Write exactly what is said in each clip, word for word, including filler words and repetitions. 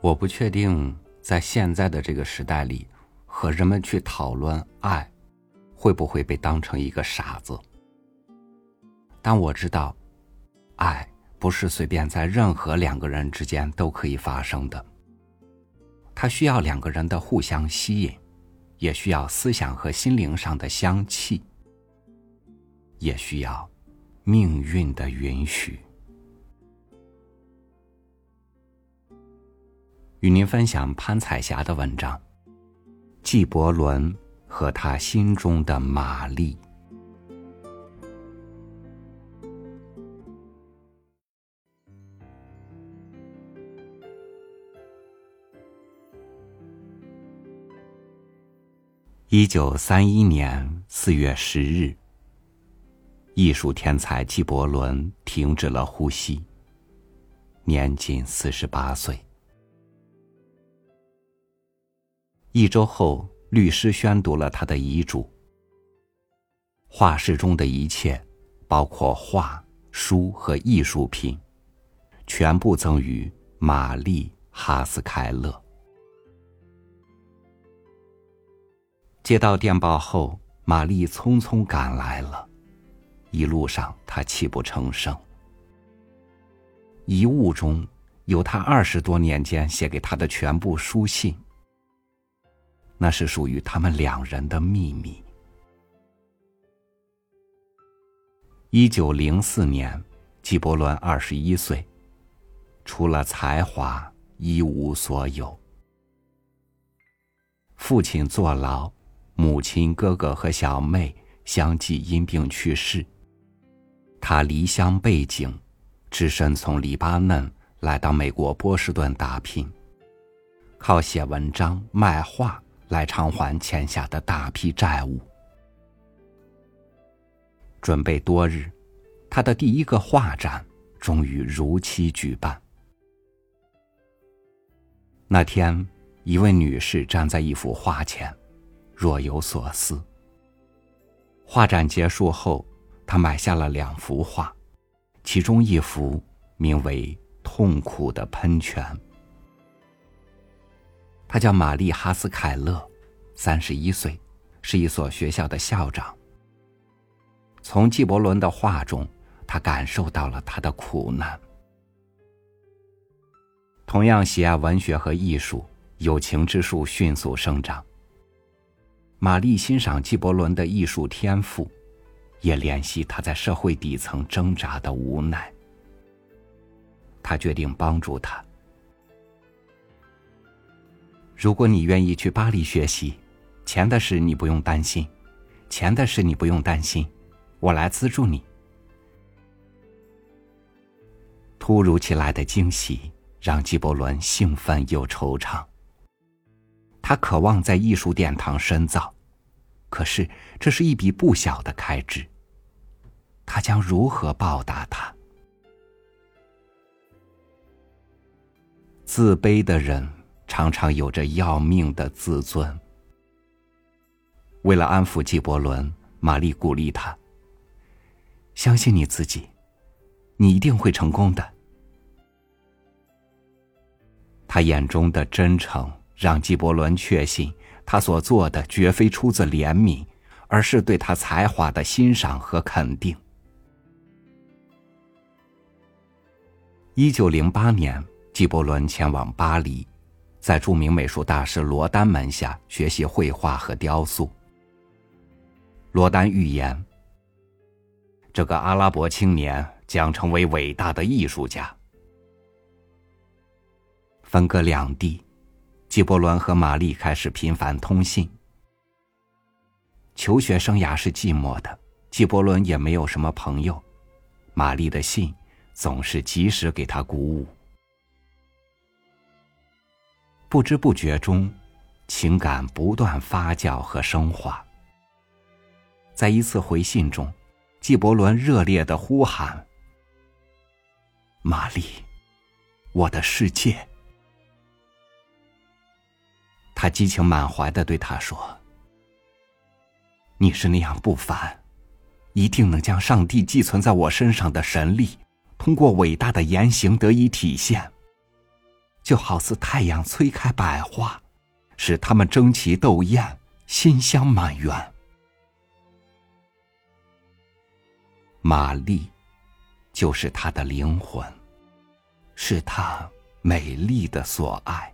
我不确定在现在的这个时代里，和人们去讨论爱，会不会被当成一个傻子。但我知道，爱不是随便在任何两个人之间都可以发生的。它需要两个人的互相吸引，也需要思想和心灵上的相契，也需要命运的允许。与您分享潘彩霞的文章《纪伯伦和他心中的玛丽》。一九三一年四月十日，艺术天才纪伯伦停止了呼吸，年仅四十八岁。一周后，律师宣读了他的遗嘱。画室中的一切，包括画、书和艺术品，全部赠予玛丽·哈斯凯勒。接到电报后，玛丽匆匆赶来了，一路上她泣不成声。遗物中有她二十多年间写给她的全部书信，那是属于他们两人的秘密。一九零四年，纪伯伦二十一岁，除了才华一无所有。父亲坐牢，母亲、哥哥和小妹相继因病去世。他离乡背井，只身从黎巴嫩来到美国波士顿打拼，靠写文章、卖画来偿还欠下的大批债务。准备多日，他的第一个画展终于如期举办。那天，一位女士站在一幅画前，若有所思。画展结束后，她买下了两幅画，其中一幅名为《痛苦的喷泉》。她叫玛丽·哈斯凯勒，三十一岁，是一所学校的校长。从纪伯伦的画中，她感受到了他的苦难。同样喜爱文学和艺术，有情之树迅速生长。玛丽欣赏纪伯伦的艺术天赋，也怜惜他在社会底层挣扎的无奈。她决定帮助他。如果你愿意去巴黎学习，钱的事你不用担心，钱的事你不用担心，我来资助你。突如其来的惊喜让纪伯伦兴奋又惆怅。他渴望在艺术殿堂深造，可是这是一笔不小的开支，他将如何报答他？自卑的人常常有着要命的自尊。为了安抚纪伯伦，玛丽鼓励他：相信你自己，你一定会成功的。他眼中的真诚让纪伯伦确信，他所做的绝非出自怜悯，而是对他才华的欣赏和肯定。一九零八年，纪伯伦前往巴黎，在著名美术大师罗丹门下学习绘画和雕塑。罗丹预言，这个阿拉伯青年将成为伟大的艺术家。分隔两地，纪伯伦和玛丽开始频繁通信。求学生涯是寂寞的，纪伯伦也没有什么朋友，玛丽的信总是及时给他鼓舞。不知不觉中，情感不断发酵和升华。在一次回信中，纪伯伦热烈地呼喊：玛丽，我的世界。他激情满怀地对她说：你是那样不凡，一定能将上帝寄存在我身上的神力，通过伟大的言行得以体现。 就好似太阳催开百花，使它们争奇斗艳，馨香满园。玛丽就是他的灵魂，是他美丽的所爱。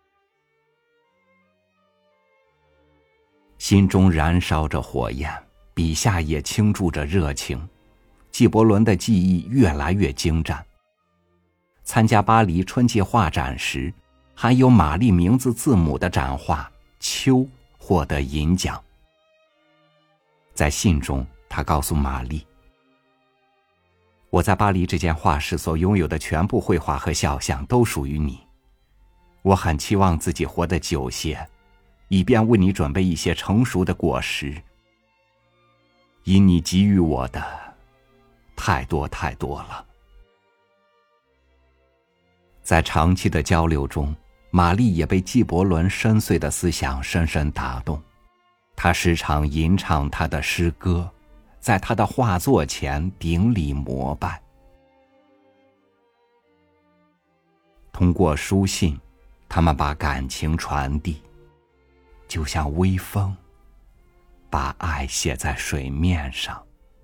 心中燃烧着火焰，笔下也倾注着热情。纪伯伦的技艺越来越精湛。参加巴黎春季画展时，还有玛丽名字字母的展画《秋》获得银奖。在信中，他告诉玛丽：我在巴黎这间画室所拥有的全部绘画和肖像都属于你。我很期望自己活得久些，以便为你准备一些成熟的果实。因你给予我的太多太多了。在长期的交流中，玛丽也被纪伯伦深邃的思想深深打动。她时常吟唱他的诗歌，在他的画作前顶礼膜拜。通过书信，他们把感情传递，就像微风，把爱写在水面上。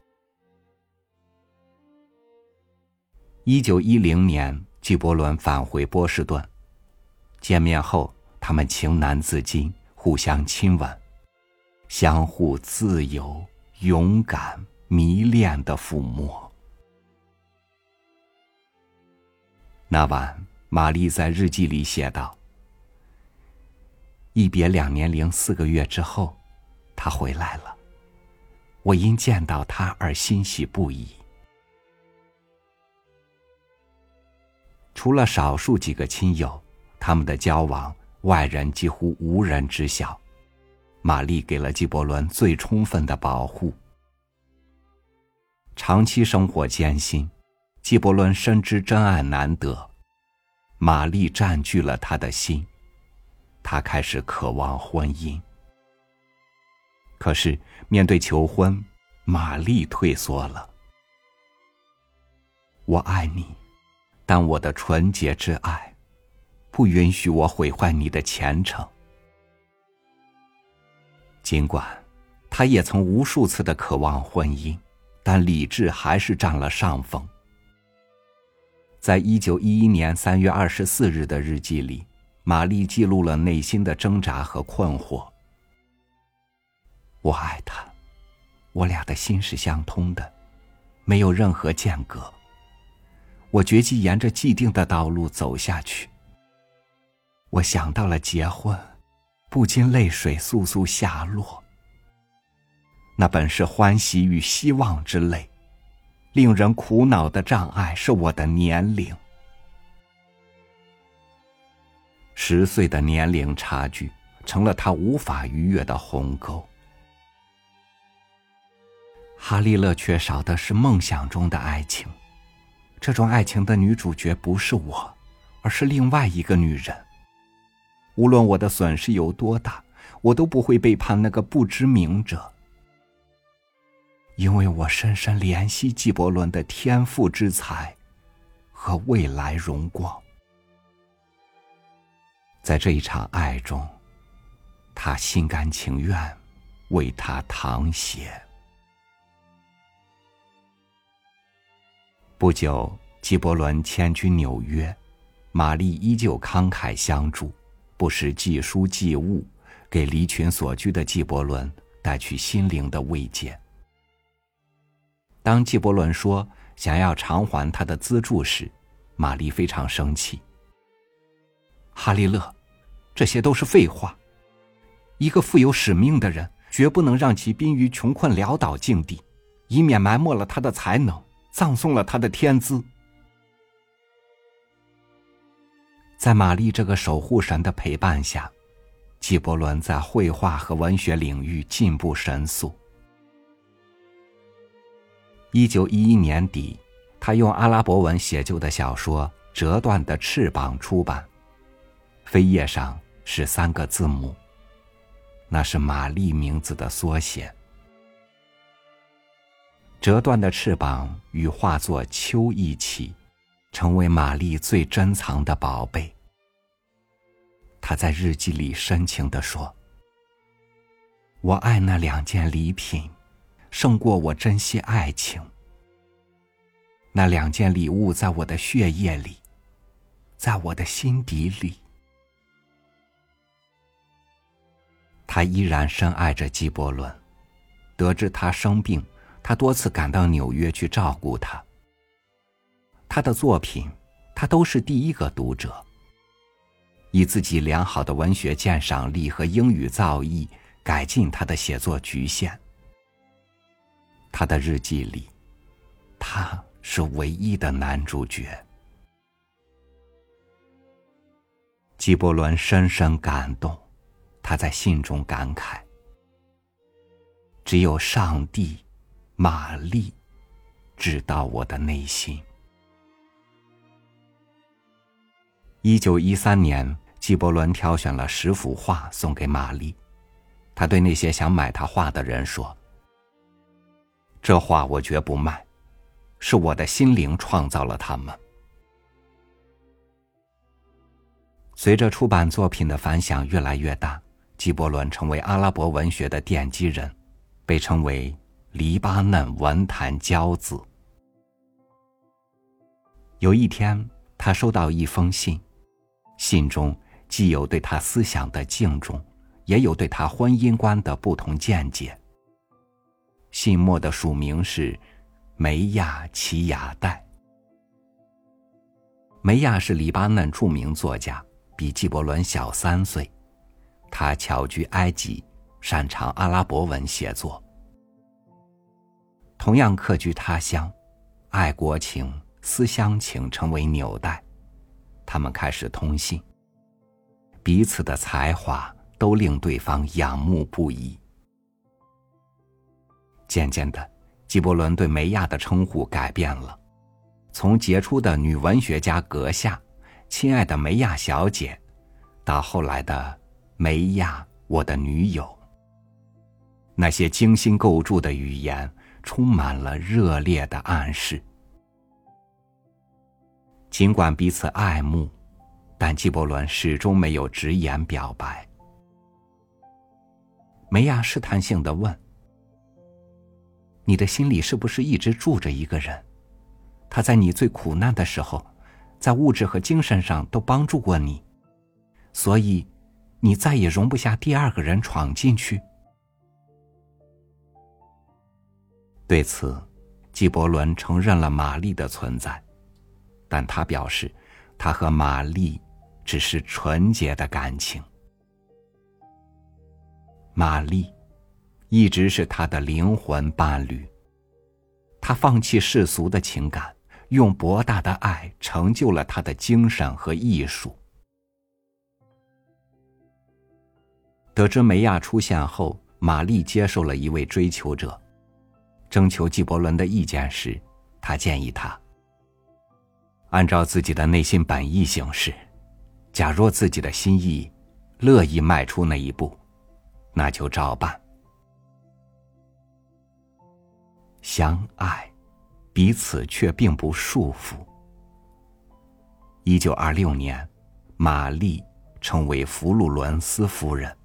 一九一零年，纪伯伦返回波士顿，见面后，他们情难自禁，互相亲吻，相互自由、勇敢、迷恋的抚摸。那晚，玛丽在日记里写道：一别两年零四个月之后，他回来了，我因见到他而欣喜不已。除了少数几个亲友，他们的交往外人几乎无人知晓。玛丽给了纪伯伦最充分的保护。长期生活艰辛，纪伯伦深知真爱难得，玛丽占据了他的心，他开始渴望婚姻。可是面对求婚，玛丽退缩了。我爱你，但我的纯洁之爱不允许我毁坏你的前程。尽管他也曾无数次的渴望婚姻，但理智还是占了上风。在一九一一年三月二十四日的日记里，玛丽记录了内心的挣扎和困惑。我爱他，我俩的心是相通的，没有任何间隔。我决计沿着既定的道路走下去。我想到了结婚，不禁泪水簌簌下落。那本是欢喜与希望之泪，令人苦恼的障碍是我的年龄。十岁的年龄差距成了他无法逾越的鸿沟。哈利勒缺少的是梦想中的爱情，这种爱情的女主角不是我，而是另外一个女人。无论我的损失有多大，我都不会背叛那个不知名者，因为我深深怜惜纪伯伦的天赋之才和未来荣光。在这一场爱中，他心甘情愿为他淌血。不久，纪伯伦迁居纽约，玛丽依旧慷慨相助，不时寄书寄物，给离群所居的纪伯伦带去心灵的慰藉。当纪伯伦说想要偿还他的资助时，玛丽非常生气。哈利勒，这些都是废话。一个富有使命的人，绝不能让其濒于穷困潦倒境地，以免埋没了他的才能，葬送了他的天资。在玛丽这个守护神的陪伴下，纪伯伦在绘画和文学领域进步神速。一九一一年底，他用阿拉伯文写就的小说《折断的翅膀》出版，扉页上是三个字母，那是玛丽名字的缩写。折断的翅膀与画作《秋》一起，成为玛丽最珍藏的宝贝， 他在日记里深情地说：我爱那两件礼品，胜过我珍惜爱情。那两件礼物在我的血液里，在我的心底里。他依然深爱着纪伯伦，得知他生病，他多次赶到纽约去照顾他。他的作品，他都是第一个读者。以自己良好的文学鉴赏力和英语造诣，改进他的写作局限。他的日记里，他是唯一的男主角。纪伯伦深深感动，他在信中感慨：只有上帝、玛丽知道我的内心。一九一三年，纪伯伦挑选了十幅画送给玛丽。他对那些想买他画的人说：这画我绝不卖，是我的心灵创造了它们。随着出版作品的反响越来越大，纪伯伦成为阿拉伯文学的奠基人，被称为黎巴嫩文坛骄子。有一天，他收到一封信，信中既有对他思想的敬重，也有对他婚姻观的不同见解。信末的署名是梅亚齐亚代。梅亚是黎巴嫩著名作家，比纪伯伦小三岁。他侨居埃及，擅长阿拉伯文写作。同样客居他乡，爱国情、思乡情成为纽带。他们开始通信，彼此的才华都令对方仰慕不已。渐渐的，纪伯伦对梅亚的称呼改变了，从杰出的女文学家阁下、亲爱的梅亚小姐，到后来的梅亚我的女友。那些精心构筑的语言充满了热烈的暗示。尽管彼此爱慕，但纪伯伦始终没有直言表白。梅亚试探性地问：你的心里是不是一直住着一个人？他在你最苦难的时候，在物质和精神上都帮助过你，所以你再也容不下第二个人闯进去。对此，纪伯伦承认了玛丽的存在，但他表示，他和玛丽只是纯洁的感情。玛丽一直是他的灵魂伴侣，他放弃世俗的情感，用博大的爱成就了他的精神和艺术。得知梅亚出现后，玛丽接受了一位追求者。征求纪伯伦的意见时，他建议他按照自己的内心本意行事，假若自己的心意乐意迈出那一步，那就照办。相爱，彼此却并不束缚。一九二六年，玛丽成为弗鲁伦斯夫人。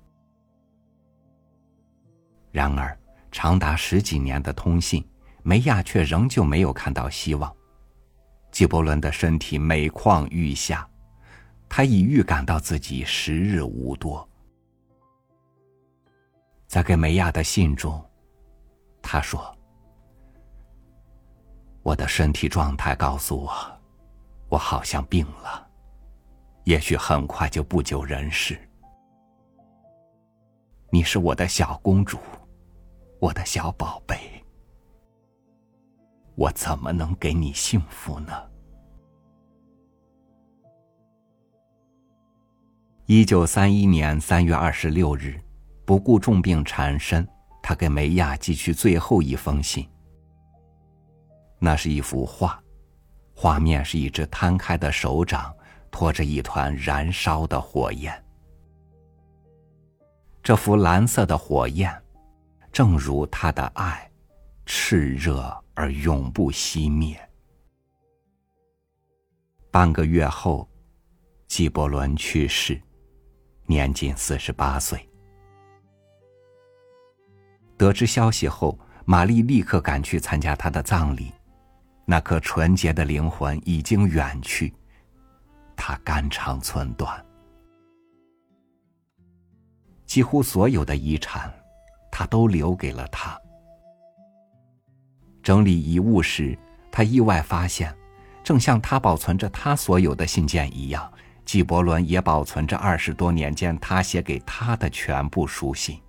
然而，长达十几年的通信，梅亚却仍旧没有看到希望。纪伯伦的身体每况愈下，他已预感到自己时日无多。在给梅亚的信中，他说：我的身体状态告诉我，我好像病了，也许很快就不久人世。你是我的小公主，我的小宝贝，我怎么能给你幸福呢？一九三一年三月二十六日，不顾重病缠身，他给梅亚寄去最后一封信。那是一幅画，画面是一只摊开的手掌托着一团燃烧的火焰。这幅蓝色的火焰，正如他的爱，炽热而永不熄灭。半个月后，纪伯伦去世， 年仅四十八岁。得知消息后，玛丽立刻赶去参加他的葬礼。那颗纯洁的灵魂已经远去，他肝肠寸断。几乎所有的遗产，他都留给了他。整理遗物时，他意外发现，正像他保存着他所有的信件一样，纪伯伦也保存着二十多年间他写给他的全部书信。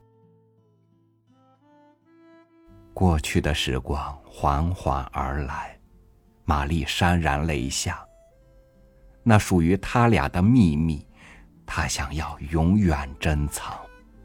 过去的时光缓缓而来，玛丽潸然泪下。那属于他俩的秘密，他想要永远珍藏。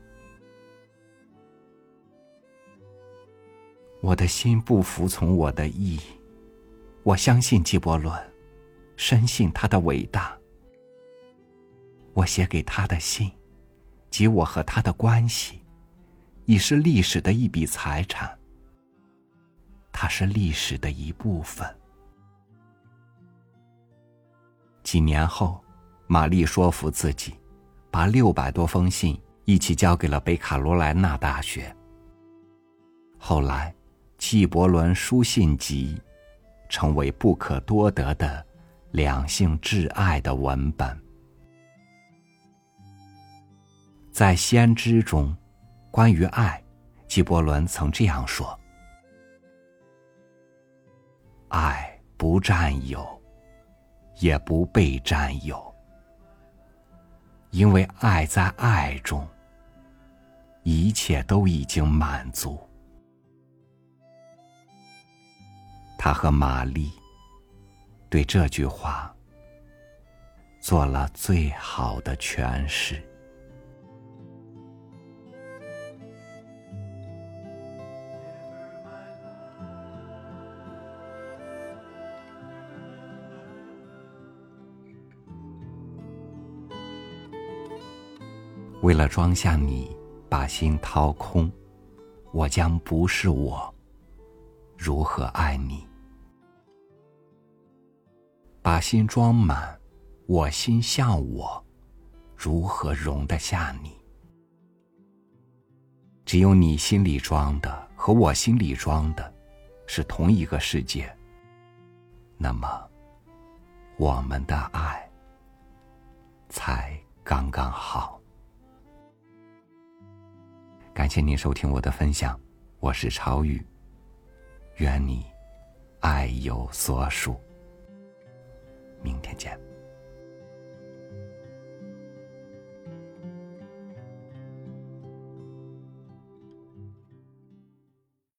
我的心不服从我的意，我相信纪伯伦，深信他的伟大。我写给他的信，及我和他的关系，已是历史的一笔财产。它是历史的一部分。几年后，玛丽说服自己，把六百多封信一起交给了北卡罗来纳大学。后来，纪伯伦书信集成为不可多得的两性挚爱的文本。在《先知》中，关于爱，纪伯伦曾这样说：爱不占有，也不被占有，因为爱在爱中，一切都已经满足。他和玛丽对这句话做了最好的诠释。为了装下你，把心掏空，我将不是我，如何爱你？把心装满，我心向我，如何容得下你？只有你心里装的和我心里装的是同一个世界，那么我们的爱才刚刚好。感谢您收听我的分享，我是超宇，愿你爱有所属。明天见。